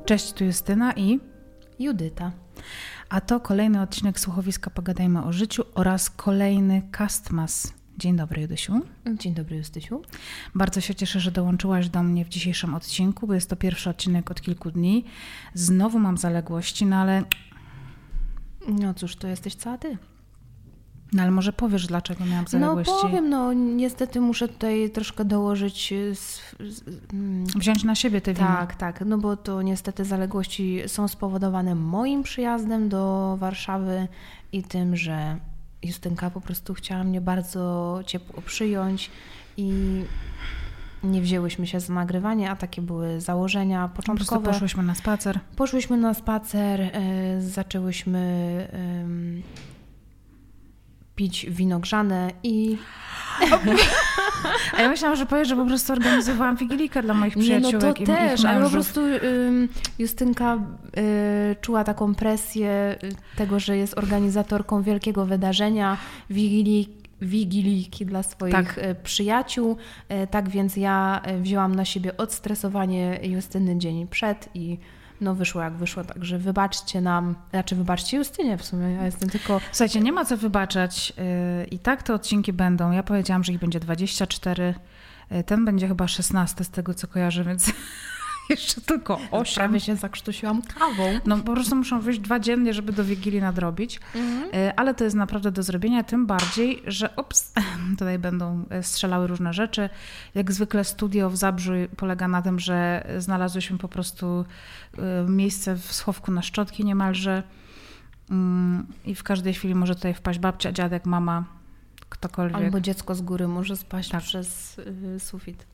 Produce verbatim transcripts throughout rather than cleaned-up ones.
Cześć, tu Justyna i Judyta. A to kolejny odcinek Słuchowiska Pogadajmy o życiu oraz kolejny Castmas. Dzień dobry, Judysiu. Dzień dobry, Justysiu. Bardzo się cieszę, że dołączyłaś do mnie w dzisiejszym odcinku, bo jest to pierwszy odcinek od kilku dni. Znowu mam zaległości, no ale... No cóż, to jesteś cała ty. No ale może powiesz, dlaczego miałam zaległości? No powiem, no niestety muszę tutaj troszkę dołożyć... Z, z, Wziąć na siebie te winy. Tak, tak, no bo to niestety zaległości są spowodowane moim przyjazdem do Warszawy i tym, że Justynka po prostu chciała mnie bardzo ciepło przyjąć i nie wzięłyśmy się za nagrywanie, a takie były założenia początkowe. Po prostu poszłyśmy na spacer. Poszłyśmy na spacer, y, zaczęłyśmy y, pić wino grzane i... A ja myślałam, że powiesz, że po prostu organizowałam wigilikę dla moich przyjaciółek. Nie, no to i też, ich ale po mężów. prostu y, Justynka y, czuła taką presję tego, że jest organizatorką wielkiego wydarzenia, wigilii, wigiliki dla swoich tak. przyjaciół. Tak więc ja wzięłam na siebie odstresowanie Justyny dzień przed i no wyszło jak wyszło, także wybaczcie nam, znaczy wybaczcie Justynie w sumie, ja jestem tylko... Słuchajcie, nie ma co wybaczać i tak te odcinki będą. Ja powiedziałam, że ich będzie dwadzieścia cztery, ten będzie chyba szesnasty z tego co kojarzę, więc jeszcze tylko osiem. Prawie się zakrztusiłam kawą. No po prostu muszą wyjść dwa dziennie, żeby do Wigilii nadrobić, mhm. ale to jest naprawdę do zrobienia, tym bardziej, że ops, tutaj będą strzelały różne rzeczy. Jak zwykle studio w Zabrzu polega na tym, że znalazłyśmy po prostu miejsce w schowku na szczotki niemalże i w każdej chwili może tutaj wpaść babcia, dziadek, mama, ktokolwiek. Albo dziecko z góry może spaść tak. przez y, sufit.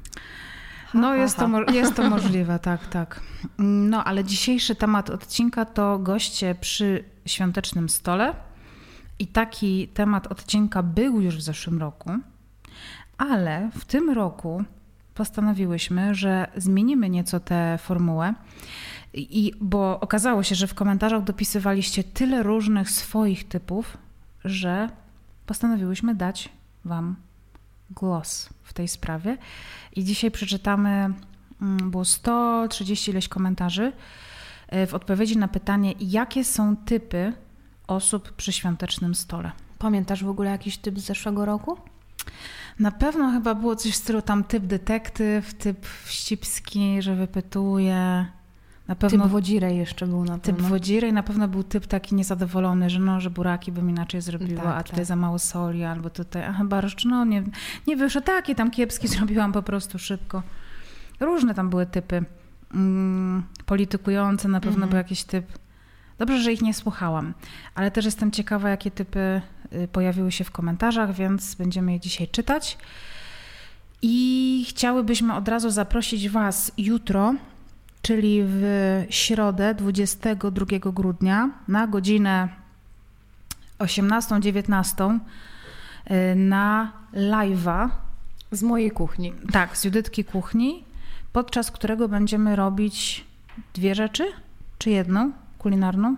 No jest to, jest to możliwe, tak, tak. No ale dzisiejszy temat odcinka to goście przy świątecznym stole i taki temat odcinka był już w zeszłym roku, ale w tym roku postanowiłyśmy, że zmienimy nieco tę formułę, i, bo okazało się, że w komentarzach dopisywaliście tyle różnych swoich typów, że postanowiłyśmy dać wam głos w tej sprawie. I dzisiaj przeczytamy, było sto trzydzieści ileś komentarzy w odpowiedzi na pytanie, jakie są typy osób przy świątecznym stole. Pamiętasz w ogóle jakiś typ z zeszłego roku? Na pewno chyba było coś w stylu tam typ detektyw, typ wścibski, że wypytuje. Na pewno typ wodzirej jeszcze był na Typ pewno. wodzirej, na pewno był typ taki niezadowolony, że no, że buraki bym inaczej zrobiła, tak, a tutaj tak. za mało soli, albo tutaj, a chyba no nie, nie wyszło, takie tam kiepski zrobiłam po prostu szybko. Różne tam były typy. Mm, politykujące na pewno mm. był jakiś typ. Dobrze, że ich nie słuchałam, ale też jestem ciekawa, jakie typy pojawiły się w komentarzach, więc będziemy je dzisiaj czytać. I chciałybyśmy od razu zaprosić was jutro, czyli w środę dwudziestego drugiego grudnia na godzinę osiemnastą dziewiętnastą na live'a. Z mojej kuchni. Tak, z Judytki kuchni, podczas którego będziemy robić dwie rzeczy, czy jedną kulinarną?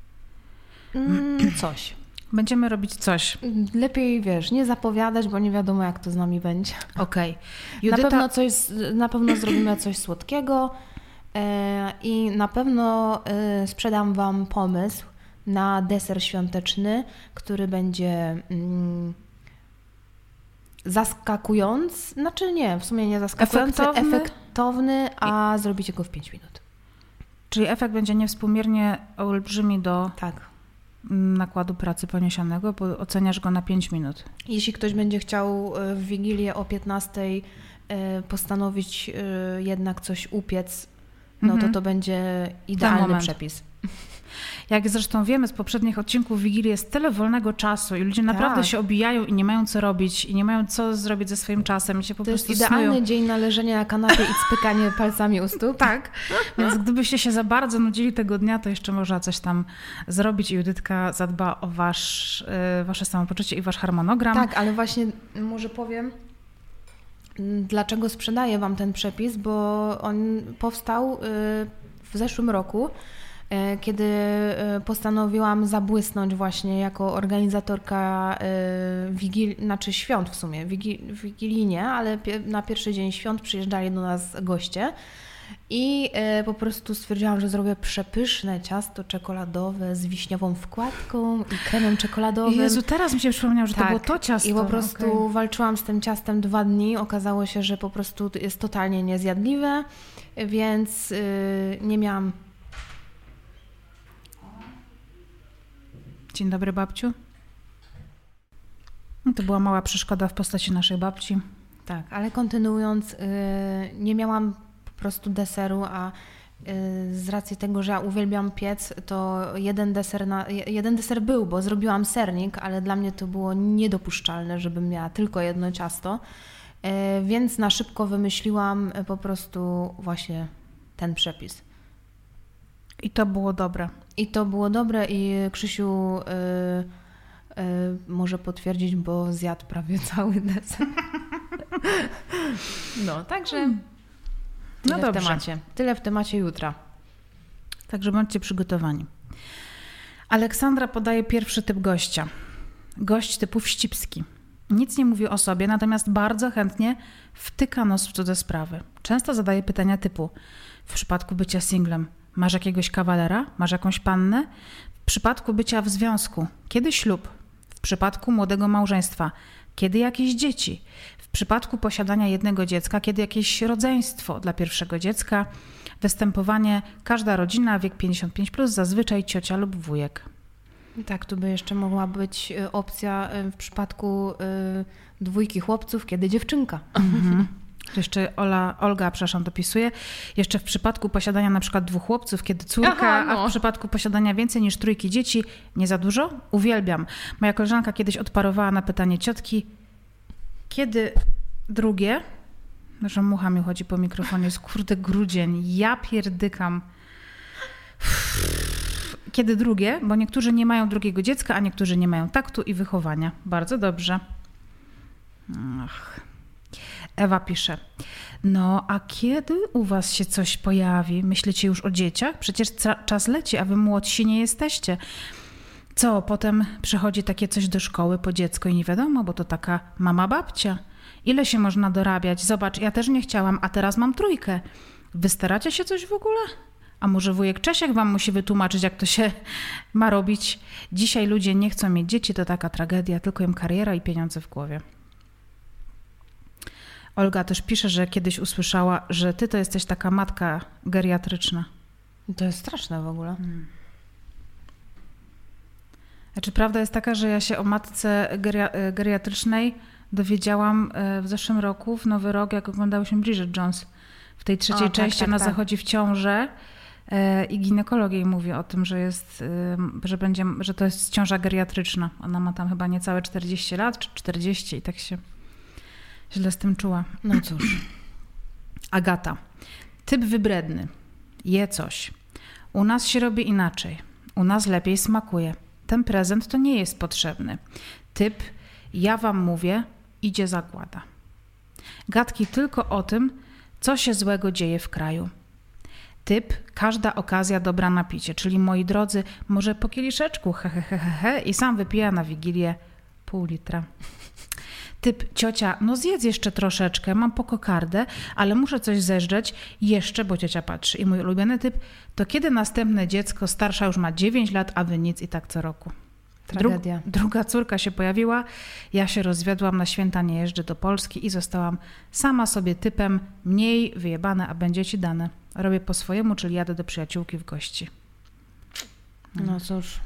Mm, coś. Będziemy robić coś. Lepiej, wiesz, nie zapowiadać, bo nie wiadomo, jak to z nami będzie. Okej. Okay. Judyta... Na pewno coś, na pewno zrobimy coś słodkiego. I na pewno sprzedam wam pomysł na deser świąteczny, który będzie zaskakujący, znaczy nie, w sumie nie zaskakujący, efektowny, efektowny a I... zrobicie go w pięć minut. Czyli efekt będzie niewspółmiernie olbrzymi do tak. nakładu pracy poniesionego, bo oceniasz go na pięć minut. Jeśli ktoś będzie chciał w Wigilię o piętnastej postanowić jednak coś upiec, no to to będzie idealny przepis. Jak zresztą wiemy z poprzednich odcinków, w Wigilii jest tyle wolnego czasu i ludzie tak. naprawdę się obijają i nie mają co robić i nie mają co zrobić ze swoim czasem i się po to prostu jest idealny snują. dzień na leżenie na kanapie i spykanie palcami u stóp. Tak, więc gdybyście się za bardzo nudzili tego dnia, to jeszcze można coś tam zrobić i Judytka zadba o wasz, wasze samopoczucie i wasz harmonogram. Tak, ale właśnie może powiem, dlaczego sprzedaję wam ten przepis, bo on powstał w zeszłym roku, kiedy postanowiłam zabłysnąć właśnie jako organizatorka wigil, znaczy świąt w sumie, wigil, wigilijnie, ale na pierwszy dzień świąt przyjeżdżali do nas goście I y, po prostu stwierdziłam, że zrobię przepyszne ciasto czekoladowe z wiśniową wkładką i kremem czekoladowym. Jezu, teraz mi się przypomniał, że tak. to było to ciasto. I po prostu okay. walczyłam z tym ciastem dwa dni. Okazało się, że po prostu jest totalnie niezjadliwe, więc y, nie miałam... Dzień dobry, babciu. No to była mała przeszkoda w postaci naszej babci. Tak, ale kontynuując, y, nie miałam po prostu deseru, a y, z racji tego, że ja uwielbiam piec, to jeden deser, na, jeden deser był, bo zrobiłam sernik, ale dla mnie to było niedopuszczalne, żebym miała tylko jedno ciasto, y, więc na szybko wymyśliłam po prostu właśnie ten przepis. I to było dobre. I to było dobre i Krzysiu y, y, może potwierdzić, bo zjadł prawie cały deser. No, także hmm. tyle, no w temacie. Tyle w temacie jutra. Także bądźcie przygotowani. Aleksandra podaje pierwszy typ gościa. Gość typu wścibski. Nic nie mówi o sobie, natomiast bardzo chętnie wtyka nos w cudze sprawy. Często zadaje pytania typu: w przypadku bycia singlem, masz jakiegoś kawalera? Masz jakąś pannę? W przypadku bycia w związku, kiedy ślub? W przypadku młodego małżeństwa, kiedy jakieś dzieci? W przypadku posiadania jednego dziecka, kiedy jakieś rodzeństwo dla pierwszego dziecka? Występowanie każda rodzina, wiek pięćdziesiąt pięć plus, zazwyczaj ciocia lub wujek. Tak, tu by jeszcze mogła być opcja w przypadku dwójki chłopców, kiedy dziewczynka. Mhm. Jeszcze Ola, Olga, przepraszam, dopisuje. Jeszcze w przypadku posiadania na przykład dwóch chłopców, kiedy córka, Aha, no. a w przypadku posiadania więcej niż trójki dzieci, nie za dużo? Uwielbiam. Moja koleżanka kiedyś odparowała na pytanie ciotki, kiedy drugie, że mucha mi chodzi po mikrofonie, jest kurde grudzień, ja pierdykam. Kiedy drugie, bo niektórzy nie mają drugiego dziecka, a niektórzy nie mają taktu i wychowania. Bardzo dobrze. Ach. Ewa pisze, no a kiedy u was się coś pojawi? Myślicie już o dzieciach? Przecież ca- czas leci, a wy młodsi nie jesteście. Co, potem przychodzi takie coś do szkoły po dziecko i nie wiadomo, bo to taka mama babcia. Ile się można dorabiać? Zobacz, ja też nie chciałam, a teraz mam trójkę. Wy staracie się coś w ogóle? A może wujek Czesiek wam musi wytłumaczyć, jak to się ma robić? Dzisiaj ludzie nie chcą mieć dzieci, to taka tragedia, tylko im kariera i pieniądze w głowie. Olga też pisze, że kiedyś usłyszała, że ty to jesteś taka matka geriatryczna. To jest straszne w ogóle. Hmm. Znaczy, prawda jest taka, że ja się o matce geria- geriatrycznej dowiedziałam w zeszłym roku, w Nowy Rok, jak oglądałyśmy Bridget Jones. W tej trzeciej o, części tak, tak, ona tak. zachodzi w ciążę i ginekolog jej mówi o tym, że jest, że będzie, że to jest ciąża geriatryczna. Ona ma tam chyba niecałe czterdzieści lat, czy czterdzieści i tak się źle z tym czuła. No cóż. Agata. Typ wybredny. Je coś. U nas się robi inaczej. U nas lepiej smakuje. Ten prezent to nie jest potrzebny. Typ, ja wam mówię, idzie zagłada. Gadki tylko o tym, co się złego dzieje w kraju. Typ, każda okazja dobra na picie, czyli moi drodzy, może po kieliszeczku, he, he, he, he, he, i sam wypija na Wigilię pół litra. Typ, ciocia, no zjedz jeszcze troszeczkę, mam po kokardę, ale muszę coś zeżreć jeszcze, bo ciocia patrzy. I mój ulubiony typ, to kiedy następne dziecko, starsza już ma dziewięć lat, a wy nic i tak co roku. Tragedia. Dru- druga córka się pojawiła, ja się rozwiodłam, na święta nie jeżdżę do Polski i zostałam sama sobie typem mniej wyjebane, a będzie ci dane. Robię po swojemu, czyli jadę do przyjaciółki w gości. No cóż.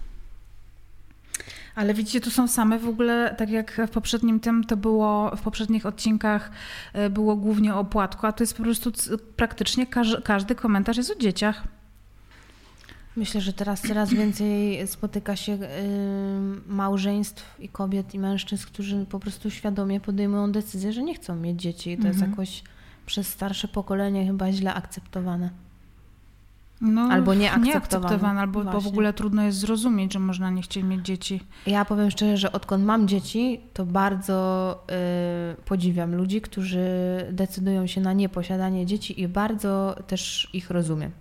Ale widzicie, tu są same w ogóle, tak jak w poprzednim tym to było, w poprzednich odcinkach było głównie o płatku, a to jest po prostu praktycznie każdy, każdy komentarz jest o dzieciach. Myślę, że teraz coraz więcej spotyka się y, małżeństw i kobiet i mężczyzn, którzy po prostu świadomie podejmują decyzję, że nie chcą mieć dzieci. I to mhm. jest jakoś przez starsze pokolenie chyba źle akceptowane. No, albo nieakceptowane. nieakceptowane albo bo w ogóle trudno jest zrozumieć, że można nie chcieć mieć dzieci. Ja powiem szczerze, że odkąd mam dzieci, to bardzo y, podziwiam ludzi, którzy decydują się na nieposiadanie dzieci i bardzo też ich rozumiem.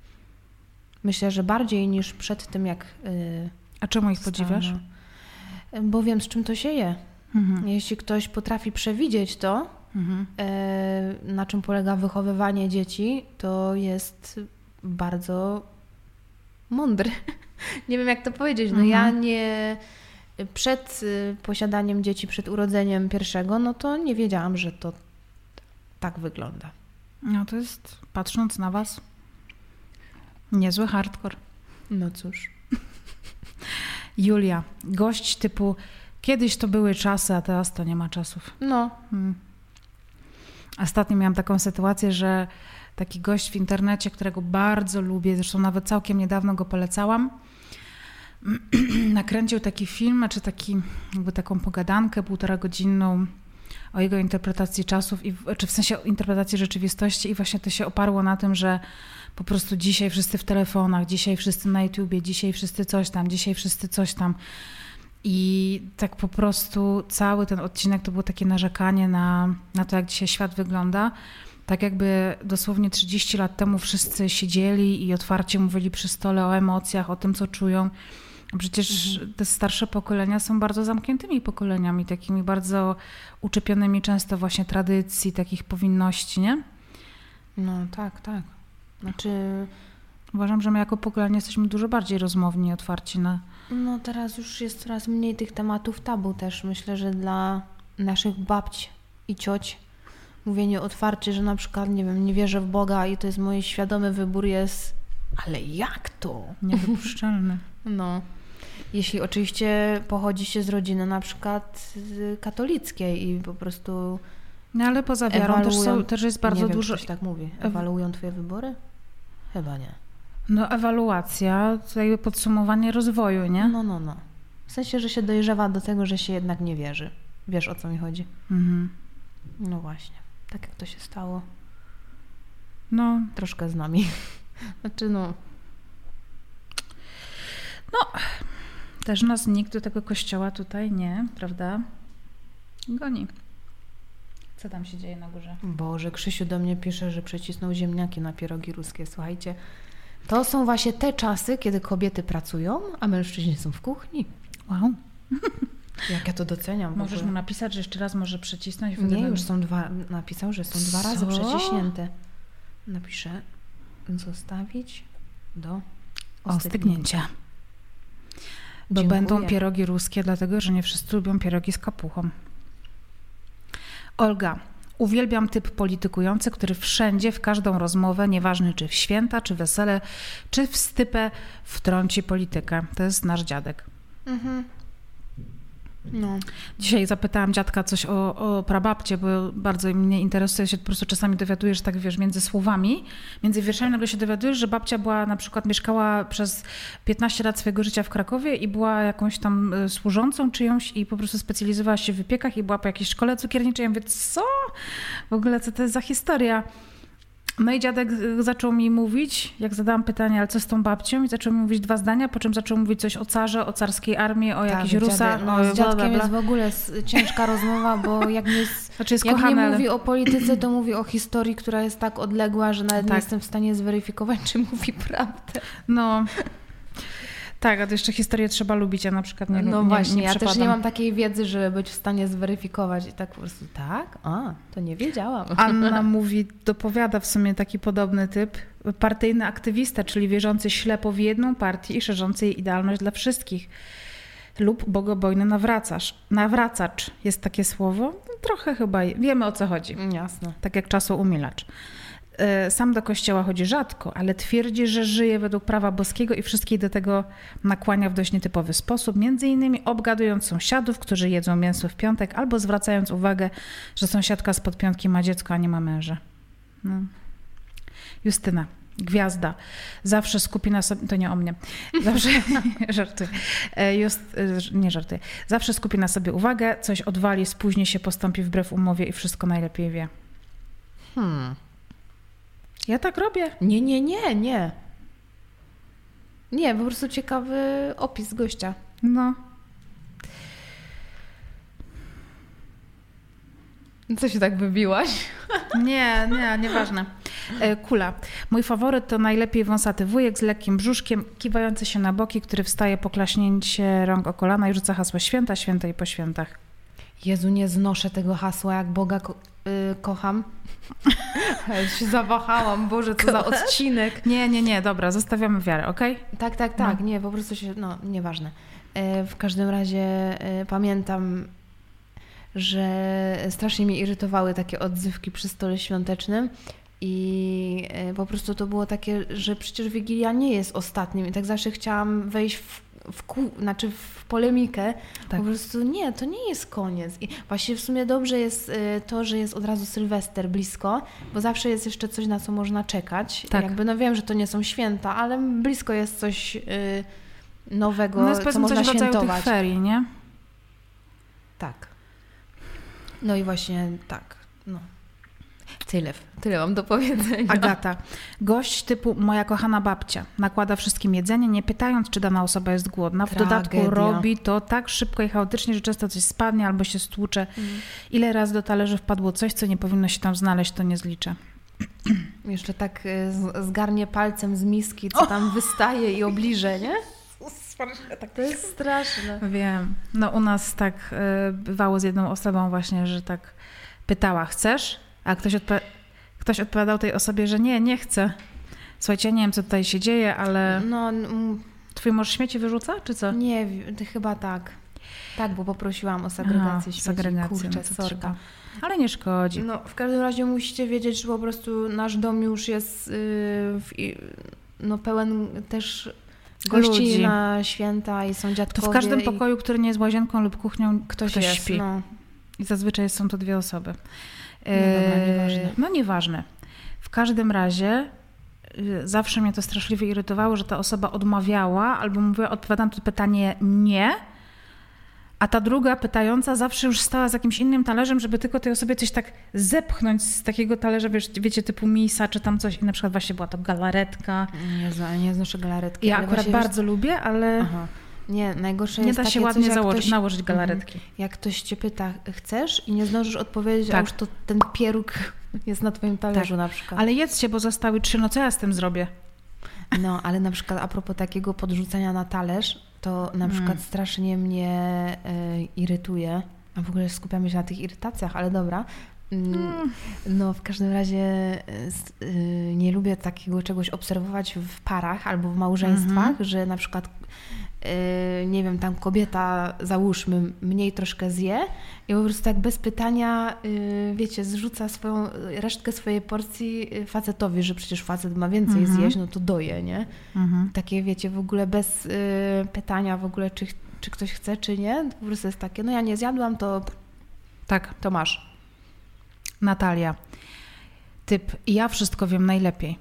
Myślę, że bardziej niż przed tym, jak... Y, A czemu ich podziwiasz? Bo wiem, z czym to się je. Mhm. Jeśli ktoś potrafi przewidzieć to, mhm. na czym polega wychowywanie dzieci, to jest bardzo mądry. Nie wiem, jak to powiedzieć. No mhm. ja nie... Przed posiadaniem dzieci, przed urodzeniem pierwszego, no to nie wiedziałam, że to tak wygląda. No to jest, patrząc na was, niezły hardcore. No cóż. Julia, gość typu kiedyś to były czasy, a teraz to nie ma czasów. No. Hmm. Ostatnio miałam taką sytuację, że taki gość w internecie, którego bardzo lubię, zresztą nawet całkiem niedawno go polecałam, nakręcił taki film, czy taki, jakby taką pogadankę półtora godzinną o jego interpretacji czasów, i, czy w sensie interpretacji rzeczywistości, i właśnie to się oparło na tym, że po prostu dzisiaj wszyscy w telefonach, dzisiaj wszyscy na YouTubie, dzisiaj wszyscy coś tam, dzisiaj wszyscy coś tam. I tak po prostu cały ten odcinek to było takie narzekanie na, na to, jak dzisiaj świat wygląda. Tak jakby dosłownie trzydzieści lat temu wszyscy siedzieli i otwarcie mówili przy stole o emocjach, o tym, co czują. Przecież mhm. te starsze pokolenia są bardzo zamkniętymi pokoleniami, takimi bardzo uczepionymi często właśnie tradycji, takich powinności, nie? No tak, tak. Znaczy... Uważam, że my jako pokolenie jesteśmy dużo bardziej rozmowni, otwarci na... No teraz już jest coraz mniej tych tematów tabu też. Myślę, że dla naszych babć i cioć mówienie otwarcie, że na przykład, nie wiem, nie wierzę w Boga i to jest mój świadomy wybór, jest... Ale jak to? Niedopuszczalne. No. Jeśli oczywiście pochodzi się z rodziny na przykład katolickiej i po prostu... No ale poza wiarą też, są, też jest bardzo nie wiem, dużo... Ktoś tak mówi. Ewaluują twoje wybory? Chyba nie. No ewaluacja, to jakby podsumowanie rozwoju, nie? No, no, no. W sensie, że się dojrzewa do tego, że się jednak nie wierzy. Wiesz, o co mi chodzi? Mhm. No właśnie. Tak jak to się stało. No. Troszkę z nami. Znaczy no... No, też nas nikt do tego kościoła tutaj nie, prawda? Goni. Co tam się dzieje na górze? Boże, Krzysiu do mnie pisze, że przecisnął ziemniaki na pierogi ruskie. Słuchajcie, to są właśnie te czasy, kiedy kobiety pracują, a mężczyźni są w kuchni. Wow. Jak ja to doceniam. Możesz mu napisać, że jeszcze raz może przecisnąć? Nie, już są dwa, napisał, że są dwa Co? razy przeciśnięte. Napiszę, zostawić do ostygnięcia. ostygnięcia. Bo Dziękuję. Będą pierogi ruskie, dlatego że nie wszyscy lubią pierogi z kapuchą. Olga. Uwielbiam typ politykujący, który wszędzie, w każdą rozmowę, nieważne czy w święta, czy wesele, czy w stypę, wtrąci politykę. To jest nasz dziadek. Mhm. No. Dzisiaj zapytałam dziadka coś o, o prababcie, bo bardzo mnie interesuje, się po prostu czasami dowiadujesz, tak wiesz, między słowami, między wierszami nagle się dowiadujesz, że babcia była na przykład, mieszkała przez piętnaście lat swojego życia w Krakowie i była jakąś tam służącą czyjąś i po prostu specjalizowała się w wypiekach i była po jakiejś szkole cukierniczej. Ja mówię, co? W ogóle co to jest za historia? No i dziadek zaczął mi mówić, jak zadałam pytanie, ale co z tą babcią? I zaczął mi mówić dwa zdania, po czym zaczął mówić coś o carze, o carskiej armii, o tak, jakichś Rusach. No, z dziadkiem bla, bla. Jest w ogóle ciężka rozmowa, bo jak, nie, znaczy jest jak kochane, nie mówi ale... o polityce, to mówi o historii, która jest tak odległa, że nawet tak. nie jestem w stanie zweryfikować, czy mówi prawdę. No... Tak, a to jeszcze historię trzeba lubić, ja na przykład nie No nie, właśnie, nie ja przepadam. też nie mam takiej wiedzy, żeby być w stanie zweryfikować i tak po prostu, tak? A, to nie wiedziałam. Anna mówi, dopowiada w sumie taki podobny typ, partyjny aktywista, czyli wierzący ślepo w jedną partię i szerzący jej idealność dla wszystkich. Lub bogobojny nawracacz. Nawracacz jest takie słowo? Trochę chyba, wiemy o co chodzi. Jasne. Tak jak czasoumilacz. Sam do kościoła chodzi rzadko, ale twierdzi, że żyje według prawa boskiego i wszystkich do tego nakłania w dość nietypowy sposób, między innymi obgadując sąsiadów, którzy jedzą mięso w piątek, albo zwracając uwagę, że sąsiadka spod piątki ma dziecko, a nie ma męża. No. Justyna, gwiazda, zawsze skupi na sobie, to nie o mnie, zawsze, żartuję, Just, nie żartuję, zawsze skupi na sobie uwagę, coś odwali, spóźni się, postąpi wbrew umowie i wszystko najlepiej wie. Hmm. Ja tak robię. Nie, nie, nie, nie. Nie, po prostu ciekawy opis gościa. No. Co się tak wybiłaś? Nie, nie, nieważne. Kula. Mój faworyt to najlepiej wąsaty wujek z lekkim brzuszkiem, kiwający się na boki, który wstaje po klaśnięcie rąk o kolana i rzuca hasło święta, święta i po świętach. Jezu, nie znoszę tego hasła, jak Boga kocham. Ja się zawahałam, Boże, co za odcinek. Nie, nie, nie, dobra, zostawiamy wiarę, okej? Okay? Tak, tak, tak, no. nie, po prostu się, no, nieważne. W każdym razie pamiętam, że strasznie mnie irytowały takie odzywki przy stole świątecznym i po prostu to było takie, że przecież Wigilia nie jest ostatnim i tak zawsze chciałam wejść w, w, kół, znaczy w polemikę. Tak. Po prostu nie, to nie jest koniec. I właśnie w sumie dobrze jest to, że jest od razu Sylwester blisko, bo zawsze jest jeszcze coś, na co można czekać. Tak. Jakby, no wiem, że to nie są święta, ale blisko jest coś yy, nowego, no jest, co można coś świętować. Tych ferii, nie? Tak. No i właśnie tak, no. Tyle, tyle mam do powiedzenia. Agata. Gość typu moja kochana babcia nakłada wszystkim jedzenie, nie pytając, czy dana osoba jest głodna. W Tragedia. dodatku robi to tak szybko i chaotycznie, że często coś spadnie albo się stłucze. Mm. Ile razy do talerzy wpadło coś, co nie powinno się tam znaleźć, to nie zliczę. Jeszcze tak zgarnie palcem z miski, co tam oh. wystaje i obliże, nie? Tak, to jest straszne. Wiem. No u nas tak y, bywało z jedną osobą właśnie, że tak pytała, chcesz? A ktoś, odpo- ktoś odpowiadał tej osobie, że nie, nie chcę. Słuchajcie, nie wiem, co tutaj się dzieje, ale no, m- twój mąż śmieci wyrzuca, czy co? Nie, chyba tak. Tak, bo poprosiłam o segregację śmieci. Segregację, Kurczę, no sorka. Ale nie szkodzi. No, w każdym razie musicie wiedzieć, że po prostu nasz dom już jest yy, w, no, pełen też gości ludzi na święta i są dziadkowie. To w każdym pokoju, który nie jest łazienką lub kuchnią, ktoś, ktoś jest, śpi. No. I zazwyczaj są to dwie osoby. No, dobra, nieważne. No nieważne. W każdym razie zawsze mnie to straszliwie irytowało, że ta osoba odmawiała albo mówiła, odpowiadam to pytanie nie, a ta druga pytająca zawsze już stała z jakimś innym talerzem, żeby tylko tej osobie coś tak zepchnąć z takiego talerza, wiesz, wiecie, typu misa czy tam coś i na przykład właśnie była to galaretka. Jezu, ale nie znoszę galaretki. Ja akurat bardzo wiesz... lubię, ale... Aha. Nie, najgorsze nie jest da takie się ładnie coś, założyć, ktoś, nałożyć galaretki. Jak ktoś cię pyta, chcesz i nie zdążysz odpowiedzieć, tak. a już to ten pieróg jest na twoim talerzu tak. na przykład. Ale jedzcie, bo zostały trzy, no co ja z tym zrobię? No, ale na przykład a propos takiego podrzucania na talerz, to na przykład mm. strasznie mnie y, irytuje, a w ogóle skupiamy się na tych irytacjach, ale dobra. Mm. No w każdym razie y, y, nie lubię takiego czegoś obserwować w parach albo w małżeństwach, mm-hmm. że na przykład nie wiem, tam kobieta, załóżmy, mniej troszkę zje i po prostu tak bez pytania, wiecie, zrzuca swoją resztkę swojej porcji facetowi, że przecież facet ma więcej mm-hmm. zjeść, no to doje, nie? Mm-hmm. Takie, wiecie, w ogóle bez y, pytania w ogóle, czy, czy ktoś chce, czy nie. Po prostu jest takie, no ja nie zjadłam, to tak, to masz. Natalia. Typ, ja wszystko wiem najlepiej.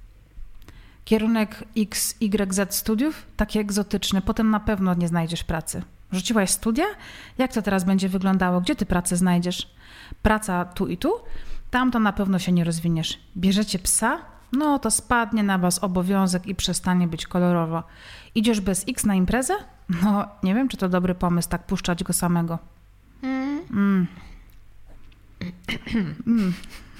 Kierunek X Y Z studiów, taki egzotyczny, potem na pewno nie znajdziesz pracy. Rzuciłaś studia? Jak to teraz będzie wyglądało? Gdzie ty pracę znajdziesz? Praca tu i tu? Tam to na pewno się nie rozwiniesz. Bierzecie psa? No to spadnie na was obowiązek i przestanie być kolorowo. Idziesz bez X na imprezę? No nie wiem, czy to dobry pomysł, tak puszczać go samego. Mm. Mm. mm.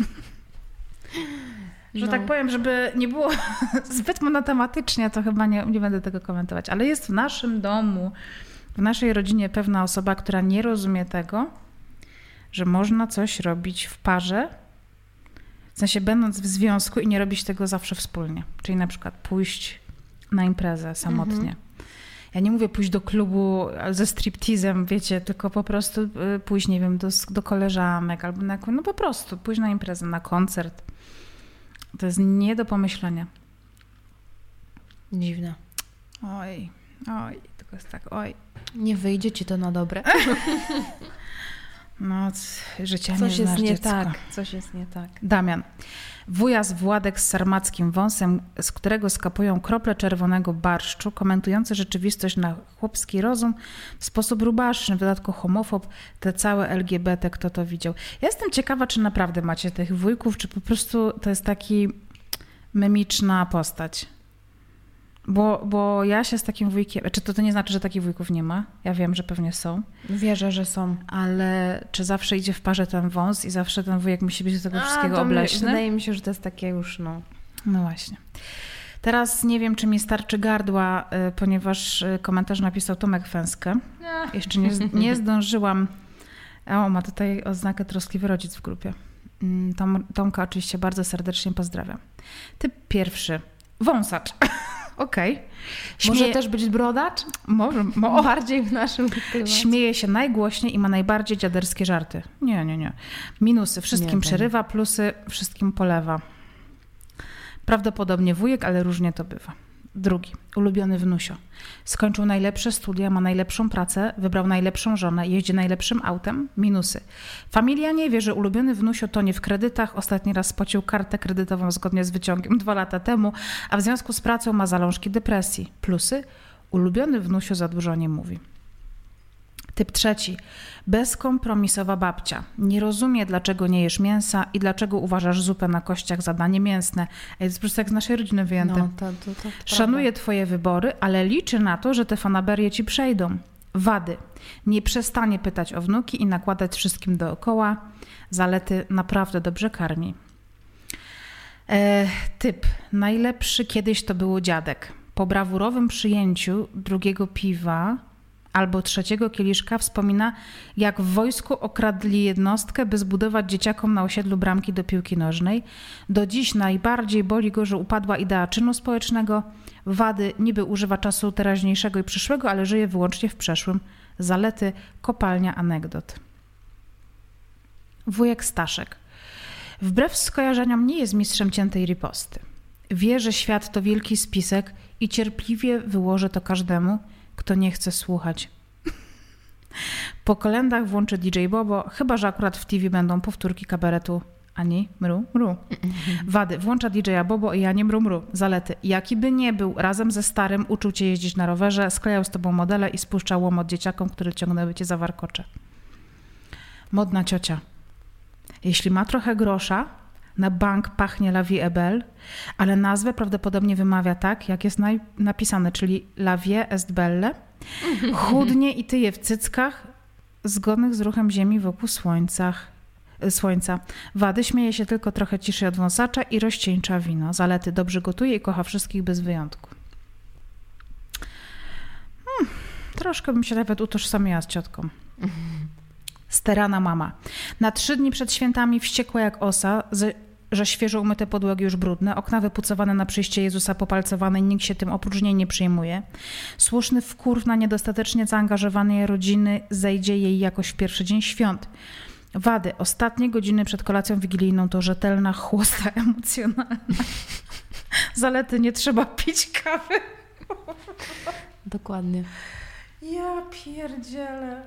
Że no. tak powiem, żeby nie było zbyt monotematycznie, to chyba nie, nie będę tego komentować. Ale jest w naszym domu, w naszej rodzinie pewna osoba, która nie rozumie tego, że można coś robić w parze, w sensie będąc w związku i nie robić tego zawsze wspólnie. Czyli na przykład pójść na imprezę samotnie. Mm-hmm. Ja nie mówię pójść do klubu ze striptizem, wiecie, tylko po prostu pójść, nie wiem, do, do koleżanek albo na, no po prostu pójść na imprezę, na koncert. To jest nie do pomyślenia. Dziwne. Oj, oj, tylko jest tak, oj. Nie wyjdzie ci to na dobre. No, życia coś nie jest znasz, nie dziecko. tak. Coś jest nie tak. Damian. Wujas Władek z sarmackim wąsem, z którego skapują krople czerwonego barszczu, komentujący rzeczywistość na chłopski rozum w sposób rubaszny, w dodatku homofob, te całe L G B T, kto to widział. Ja jestem ciekawa, czy naprawdę macie tych wujków, czy po prostu to jest taki memiczna postać. Bo, bo ja się z takim wujkiem... Czy to, to nie znaczy, że takich wujków nie ma? Ja wiem, że pewnie są. Wierzę, że są. Ale czy zawsze idzie w parze ten wąs i zawsze ten wujek musi być do tego A, wszystkiego obleśny? Wydaje mi się, że to jest takie już, no... No właśnie. Teraz nie wiem, czy mi starczy gardła, ponieważ komentarz napisał Tomek Fęskę. Jeszcze nie, nie zdążyłam... O, ma tutaj oznakę troskliwy rodzic w grupie. Tom, Tomka oczywiście bardzo serdecznie pozdrawiam. Typ pierwszy. Wąsacz. Okej. Okay. Śmieje... Może też być brodacz? Może. Mo... Bardziej w naszym klimacie. Śmieje się najgłośniej i ma najbardziej dziaderskie żarty. Nie, nie, nie. Minusy. Wszystkim nie, przerywa, plusy wszystkim polewa. Prawdopodobnie wujek, ale różnie to bywa. Drugi. Ulubiony wnusio. Skończył najlepsze studia, ma najlepszą pracę, wybrał najlepszą żonę, jeździ najlepszym autem. Minusy. Familia nie wie, że ulubiony wnusio tonie w kredytach. Ostatni raz spłacił kartę kredytową zgodnie z wyciągiem dwa lata temu, a w związku z pracą ma zalążki depresji. Plusy. Ulubiony wnusio za dużo nie mówi. Typ trzeci. Bezkompromisowa babcia. Nie rozumie, dlaczego nie jesz mięsa i dlaczego uważasz zupę na kościach za danie mięsne. Jest po prostu jak z naszej rodziny wyjęte. No, to, to, to, to Szanuje prawda. twoje wybory, ale liczy na to, że te fanaberie ci przejdą. Wady. Nie przestanie pytać o wnuki i nakładać wszystkim dookoła. Zalety. Naprawdę dobrze karmi. E, typ. Najlepszy kiedyś to był dziadek. Po brawurowym przyjęciu drugiego piwa albo trzeciego kieliszka wspomina, jak w wojsku okradli jednostkę, by zbudować dzieciakom na osiedlu bramki do piłki nożnej. Do dziś najbardziej boli go, że upadła idea czynu społecznego. Wady. Niby używa czasu teraźniejszego i przyszłego, ale żyje wyłącznie w przeszłym. Zalety. Kopalnia anegdot. Wujek Staszek. Wbrew skojarzeniom nie jest mistrzem ciętej riposty. Wie, że świat to wielki spisek i cierpliwie wyłoży to każdemu, kto nie chce słuchać. Po kolendach włączy D J Bobo, chyba że akurat w T V będą powtórki kabaretu Ani Mru Mru. Wady. Włącza D J Bobo i Ani Mru Mru. Zalety. Jaki by nie był, razem ze starym uczył cię jeździć na rowerze, sklejał z tobą modele i spuszczał łomot dzieciakom, które ciągnęły cię za warkocze. Modna ciocia. Jeśli ma trochę grosza, na bank pachnie La Vie est Belle, ale nazwę prawdopodobnie wymawia tak, jak jest naj- napisane, czyli La Vie est Belle. Chudnie i tyje w cyckach, zgodnych z ruchem ziemi wokół słońcach, słońca. Wady. Śmieje się tylko trochę ciszej od wąsacza i rozcieńcza wino. Zalety. Dobrze gotuje i kocha wszystkich bez wyjątku. Hmm, troszkę bym się nawet utożsamiła z ciotką. Sterana mama. Na trzy dni przed świętami wściekła jak osa, że świeżo umyte podłogi już brudne, okna wypucowane na przyjście Jezusa popalcowane i nikt się tym oprócz niej nie przejmuje. Słuszny wkurw na niedostatecznie zaangażowanej rodziny zejdzie jej jakoś w pierwszy dzień świąt. Wady. Ostatnie godziny przed kolacją wigilijną to rzetelna chłosta emocjonalna. Zalety. Nie trzeba pić kawy. Dokładnie. Ja pierdzielę.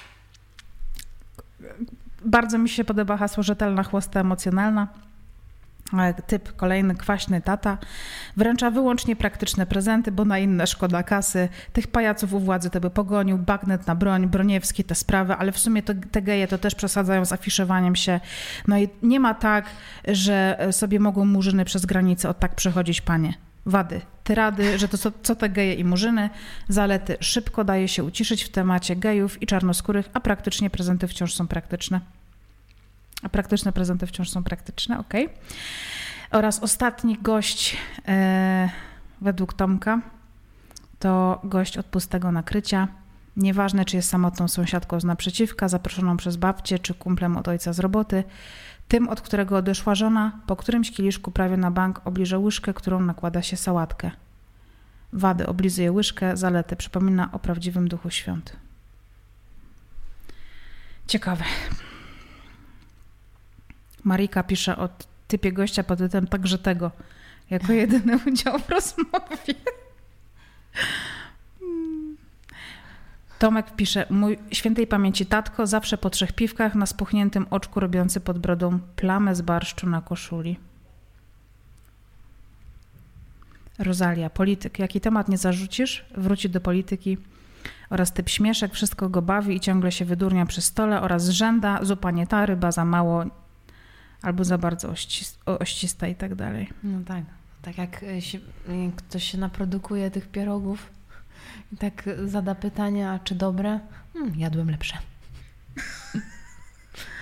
Bardzo mi się podoba hasło rzetelna chłosta emocjonalna. Typ kolejny, kwaśny tata. Wręcza wyłącznie praktyczne prezenty, bo na inne szkoda kasy. Tych pajaców u władzy to by pogonił, bagnet na broń, Broniewski, te sprawy, ale w sumie to, te geje to też przesadzają z afiszowaniem się. No i nie ma tak, że sobie mogą murzyny przez granicę od tak przechodzić, panie. Wady. Tyrady, że to co, co te geje i murzyny. Zalety. Szybko daje się uciszyć w temacie gejów i czarnoskórych, a praktycznie prezenty wciąż są praktyczne. A praktyczne prezenty wciąż są praktyczne, okej. Okay. Oraz ostatni gość e, według Tomka to gość od pustego nakrycia. Nieważne, czy jest samotną sąsiadką z naprzeciwka, zaproszoną przez babcię, czy kumplem od ojca z roboty. Tym, od którego odeszła żona, po którymś kieliszku prawie na bank obliża łyżkę, którą nakłada się sałatkę. Wady. Oblizuje łyżkę. Zalety. Przypomina o prawdziwym duchu świąt. Ciekawe. Marika pisze o typie gościa pod tytułem także tego, jako jedyny udział w rozmowie. Tomek pisze, mój świętej pamięci tatko zawsze po trzech piwkach na spuchniętym oczku robiący pod brodą plamę z barszczu na koszuli. Rosalia, polityk. Jaki temat nie zarzucisz? Wróci do polityki. Oraz typ śmieszek, wszystko go bawi i ciągle się wydurnia przy stole oraz zrzęda, zupa nie ta, ryba za mało albo za bardzo ościs- oścista i tak dalej. No tak, tak jak, się, jak ktoś się naprodukuje tych pierogów i tak zada pytania, czy dobre? Hmm, jadłem lepsze.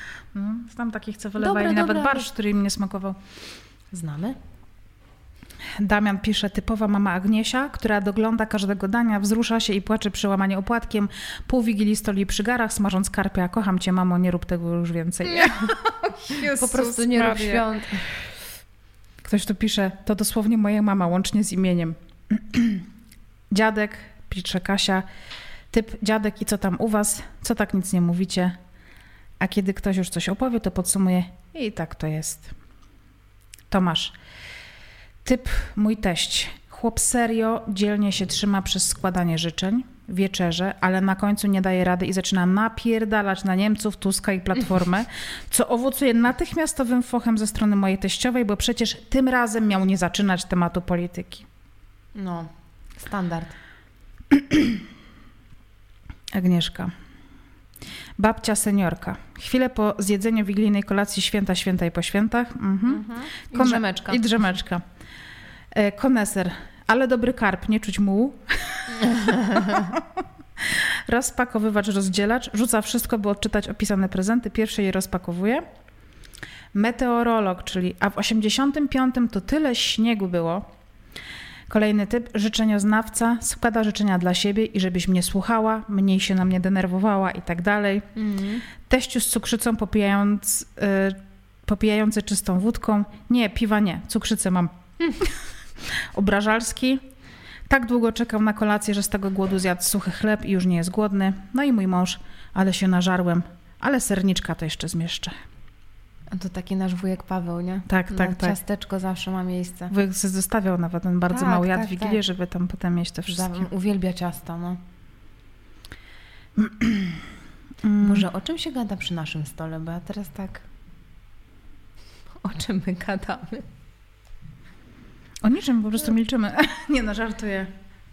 No, znam takich, co wylewali dobre, nawet dobre. Barszcz, który im nie smakował. Znamy. Damian pisze, typowa mama Agniesia, która dogląda każdego dania, wzrusza się i płacze przy łamaniu opłatkiem, pół wigilii stoli przy garach, smażąc karpia. Kocham cię, mamo, nie rób tego już więcej. Po prostu nie rób świąt. Ktoś tu pisze, to dosłownie moja mama, łącznie z imieniem. Dziadek, pisze Kasia, typ dziadek i co tam u was? Co tak nic nie mówicie? A kiedy ktoś już coś opowie, to podsumuje i tak to jest. Tomasz. Typ mój teść. Chłop serio dzielnie się trzyma przez składanie życzeń, wieczerze, ale na końcu nie daje rady i zaczyna napierdalać na Niemców, Tuska i Platformę, co owocuje natychmiastowym fochem ze strony mojej teściowej, bo przecież tym razem miał nie zaczynać tematu polityki. No, standard. Agnieszka. Babcia seniorka. Chwilę po zjedzeniu wigilijnej kolacji święta, święta i po świętach. Mhm. Mhm. I Kone- drzemeczka. I drzemeczka. E, koneser. Ale dobry karp, nie czuć mułu. Rozpakowywacz, rozdzielacz. Rzuca wszystko, by odczytać opisane prezenty. Pierwszy je rozpakowuje. Meteorolog, czyli a w osiemdziesiątym piątym to tyle śniegu było. Kolejny typ, życzenioznawca, składa życzenia dla siebie i żebyś mnie słuchała, mniej się na mnie denerwowała i tak dalej. Mm. Teściu z cukrzycą popijając, y, popijający czystą wódką. Nie, piwa nie, cukrzycę mam. Mm. Obrażalski. Tak długo czekał na kolację, że z tego głodu zjadł suchy chleb i już nie jest głodny. No i mój mąż, ale się nażarłem, ale serniczka to jeszcze zmieszczę. A to taki nasz wujek Paweł, nie? Tak, tak, na tak. Ciasteczko zawsze ma miejsce. Wujek sobie zostawiał nawet ten bardzo tak, mały jad tak, wigilię, tak. żeby tam potem mieć te wszystkie. Uwielbia ciasta, no. Może o czym się gada przy naszym stole? Bo ja teraz tak... O czym my gadamy? O niczym, po prostu milczymy. Nie no, żartuję.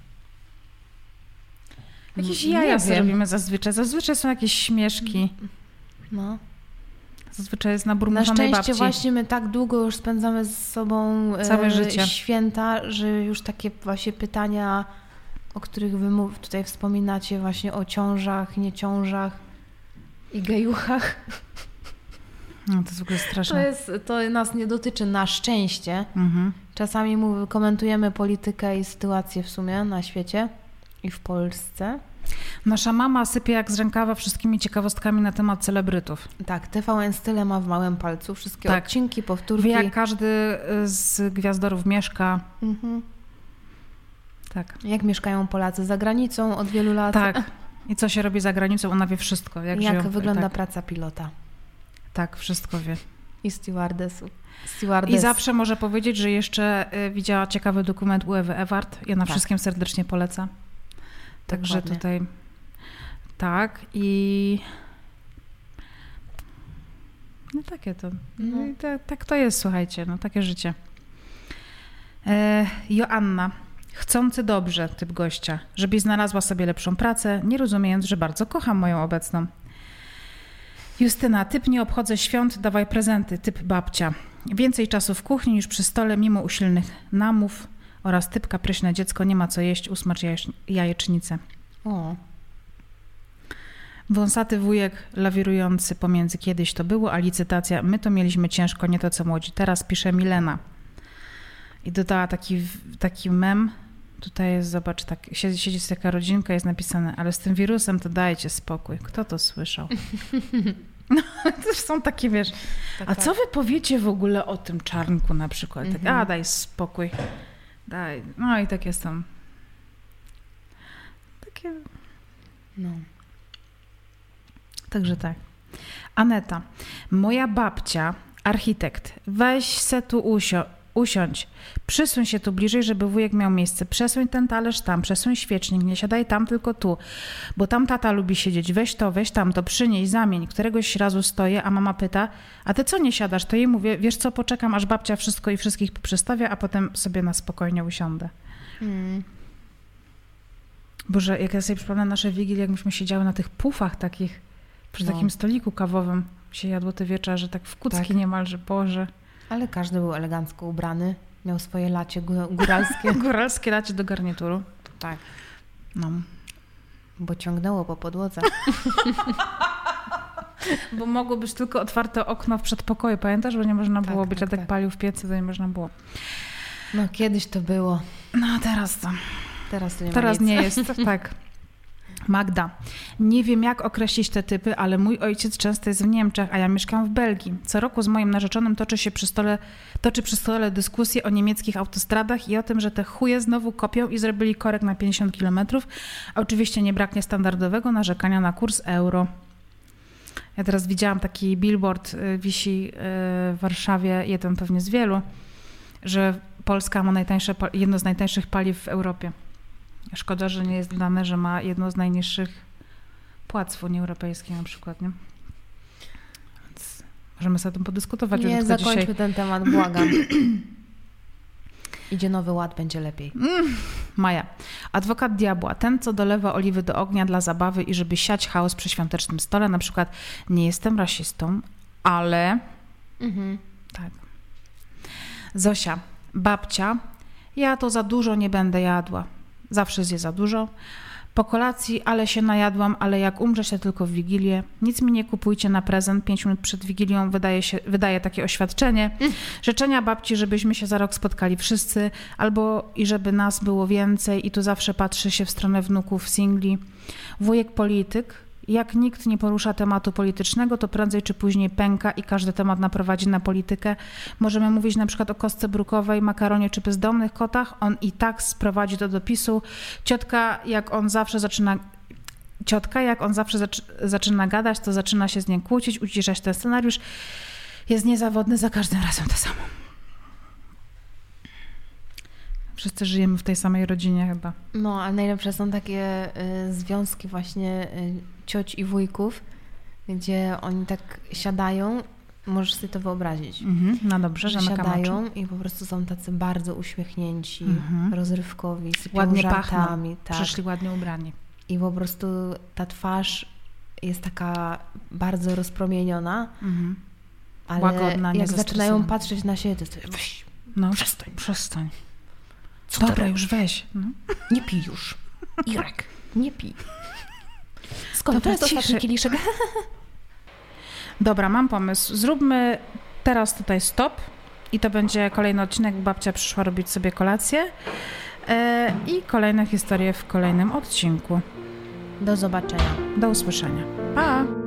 Jakieś jaja sobie robimy zazwyczaj. Zazwyczaj są jakieś śmieszki. No. Zazwyczaj jest nabór Na murzonej szczęście babci. właśnie my tak długo już spędzamy z sobą całe e, życie. święta, że już takie właśnie pytania, o których wy mów, tutaj wspominacie, właśnie o ciążach, nieciążach i gejuchach. No, to jest w ogóle straszne. To, jest, to nas nie dotyczy na szczęście. Mhm. Czasami mów, komentujemy politykę i sytuację w sumie na świecie i w Polsce. Nasza mama sypie jak z rękawa wszystkimi ciekawostkami na temat celebrytów. Tak, T V N Style ma w małym palcu wszystkie tak. odcinki, powtórki. Wie, jak każdy z gwiazdorów mieszka. Mhm. Tak. Jak mieszkają Polacy za granicą od wielu lat. Tak. I co się robi za granicą, ona wie wszystko. Jak, jak żyją, wygląda tak. praca pilota. Tak, wszystko wie. I stewardessu. Stewardess. I zawsze może powiedzieć, że jeszcze widziała ciekawy dokument u Ewy Ewart. Ja na tak. wszystkim serdecznie polecam. Także Dokładnie. Tutaj tak i no takie to. No, no i tak, tak to jest, słuchajcie, no takie życie. E, Joanna. Chcący dobrze typ gościa, żebyś znalazła sobie lepszą pracę, nie rozumiejąc, że bardzo kocham moją obecną. Justyna. Typ nie obchodzę świąt, dawaj prezenty, typ babcia. Więcej czasu w kuchni niż przy stole, mimo usilnych namów. Oraz typ kapryśne dziecko, nie ma co jeść, usmacz jajecznicę. O. Wąsaty wujek lawirujący pomiędzy kiedyś to było, a licytacja, my to mieliśmy ciężko, nie to co młodzi. Teraz pisze Milena. I dodała taki, taki mem. Tutaj jest, zobacz, tak, siedzi, siedzi taka rodzinka, jest napisane, ale z tym wirusem to dajcie spokój. Kto to słyszał? No, to są takie, wiesz, tak, a tak. Co wy powiecie w ogóle o tym czarnku na przykład? Mm-hmm. Tak, a daj spokój. Daj. No i takie są. Takie. No. Także tak. Aneta. Moja babcia, architekt. Weź se tu usio, usiądź. Przysuń się tu bliżej, żeby wujek miał miejsce. Przesuń ten talerz tam, przesuń świecznik. Nie siadaj tam, tylko tu. Bo tam tata lubi siedzieć. Weź to, weź tamto, przynieś, zamień. Któregoś razu stoję, a mama pyta, a ty co nie siadasz? To jej mówię, wiesz co, poczekam, aż babcia wszystko i wszystkich poprzestawia, a potem sobie na spokojnie usiądę. Hmm. Boże, jak ja sobie przypomnę nasze wigilie, jak myśmy siedziały na tych pufach takich, przy no. takim stoliku kawowym się jadło te wieczorze, tak w kucki tak. niemalże, Boże. Ale każdy był elegancko ubrany, miał swoje lacie góralskie. Góralskie lacie do garnituru. Tak. No. Bo ciągnęło po podłodze. Bo mogło być tylko otwarte okno w przedpokoju, pamiętasz? Bo nie można było tak, być, tak, a tak, tak palił w piecy, to nie można było. No kiedyś to było. No a teraz to. Teraz to nie ma Teraz nic. nie jest, tak. Magda. Nie wiem, jak określić te typy, ale mój ojciec często jest w Niemczech, a ja mieszkam w Belgii. Co roku z moim narzeczonym toczy się przy stole, toczy przy stole dyskusje o niemieckich autostradach i o tym, że te chuje znowu kopią i zrobili korek na pięćdziesiąt kilometrów. A oczywiście nie braknie standardowego narzekania na kurs euro. Ja teraz widziałam taki billboard, wisi w Warszawie, jeden pewnie z wielu, że Polska ma najtańsze, jedno z najtańszych paliw w Europie. Szkoda, że nie jest dane, że ma jedno z najniższych płac w Unii Europejskiej na przykład, nie? Więc możemy sobie o tym podyskutować. Nie, zakończmy dzisiaj... ten temat, błagam. Idzie nowy ład, będzie lepiej. Mm, Maja. Adwokat diabła. Ten, co dolewa oliwy do ognia dla zabawy i żeby siać chaos przy świątecznym stole. Na przykład nie jestem rasistą, ale... Mhm. Tak. Zosia. Babcia. Ja to za dużo nie będę jadła. Zawsze zje za dużo. Po kolacji, ale się najadłam, ale jak umrze się tylko w Wigilię. Nic mi nie kupujcie na prezent. Pięć minut przed Wigilią wydaje, się, wydaje takie oświadczenie. Mm. Życzenia babci, żebyśmy się za rok spotkali wszyscy, albo i żeby nas było więcej. I tu zawsze patrzy się w stronę wnuków singli. Wujek polityk. Jak nikt nie porusza tematu politycznego, to prędzej czy później pęka i każdy temat naprowadzi na politykę. Możemy mówić na przykład o kostce brukowej, makaronie czy bezdomnych kotach. On i tak sprowadzi to do PiSu. Ciotka, jak on zawsze zaczyna... Ciotka, jak on zawsze zac... zaczyna gadać, to zaczyna się z nim kłócić, uciszać ten scenariusz. Jest niezawodny, za każdym razem to samo. Wszyscy żyjemy w tej samej rodzinie chyba. No, a najlepsze są takie y, związki właśnie y, cioć i wujków, gdzie oni tak siadają, możesz sobie to wyobrazić. Mhm, no dobrze, że siadają i po prostu są tacy bardzo uśmiechnięci, mhm. rozrywkowi, sypią ładnie żartami. Pachną. Tak. Przyszli ładnie ubrani. I po prostu ta twarz jest taka bardzo rozpromieniona, mhm. ale łagodna, jak zaczynają patrzeć na siebie, to jest weź, no, przestań, przestań. Co Dobra, już weź. No. Nie pij już. Irek, nie pij. Skąd to jest ostatni kieliszek? Dobra, mam pomysł. Zróbmy teraz tutaj stop i to będzie kolejny odcinek. Babcia przyszła robić sobie kolację yy, i kolejne historie w kolejnym odcinku. Do zobaczenia. Do usłyszenia. Pa!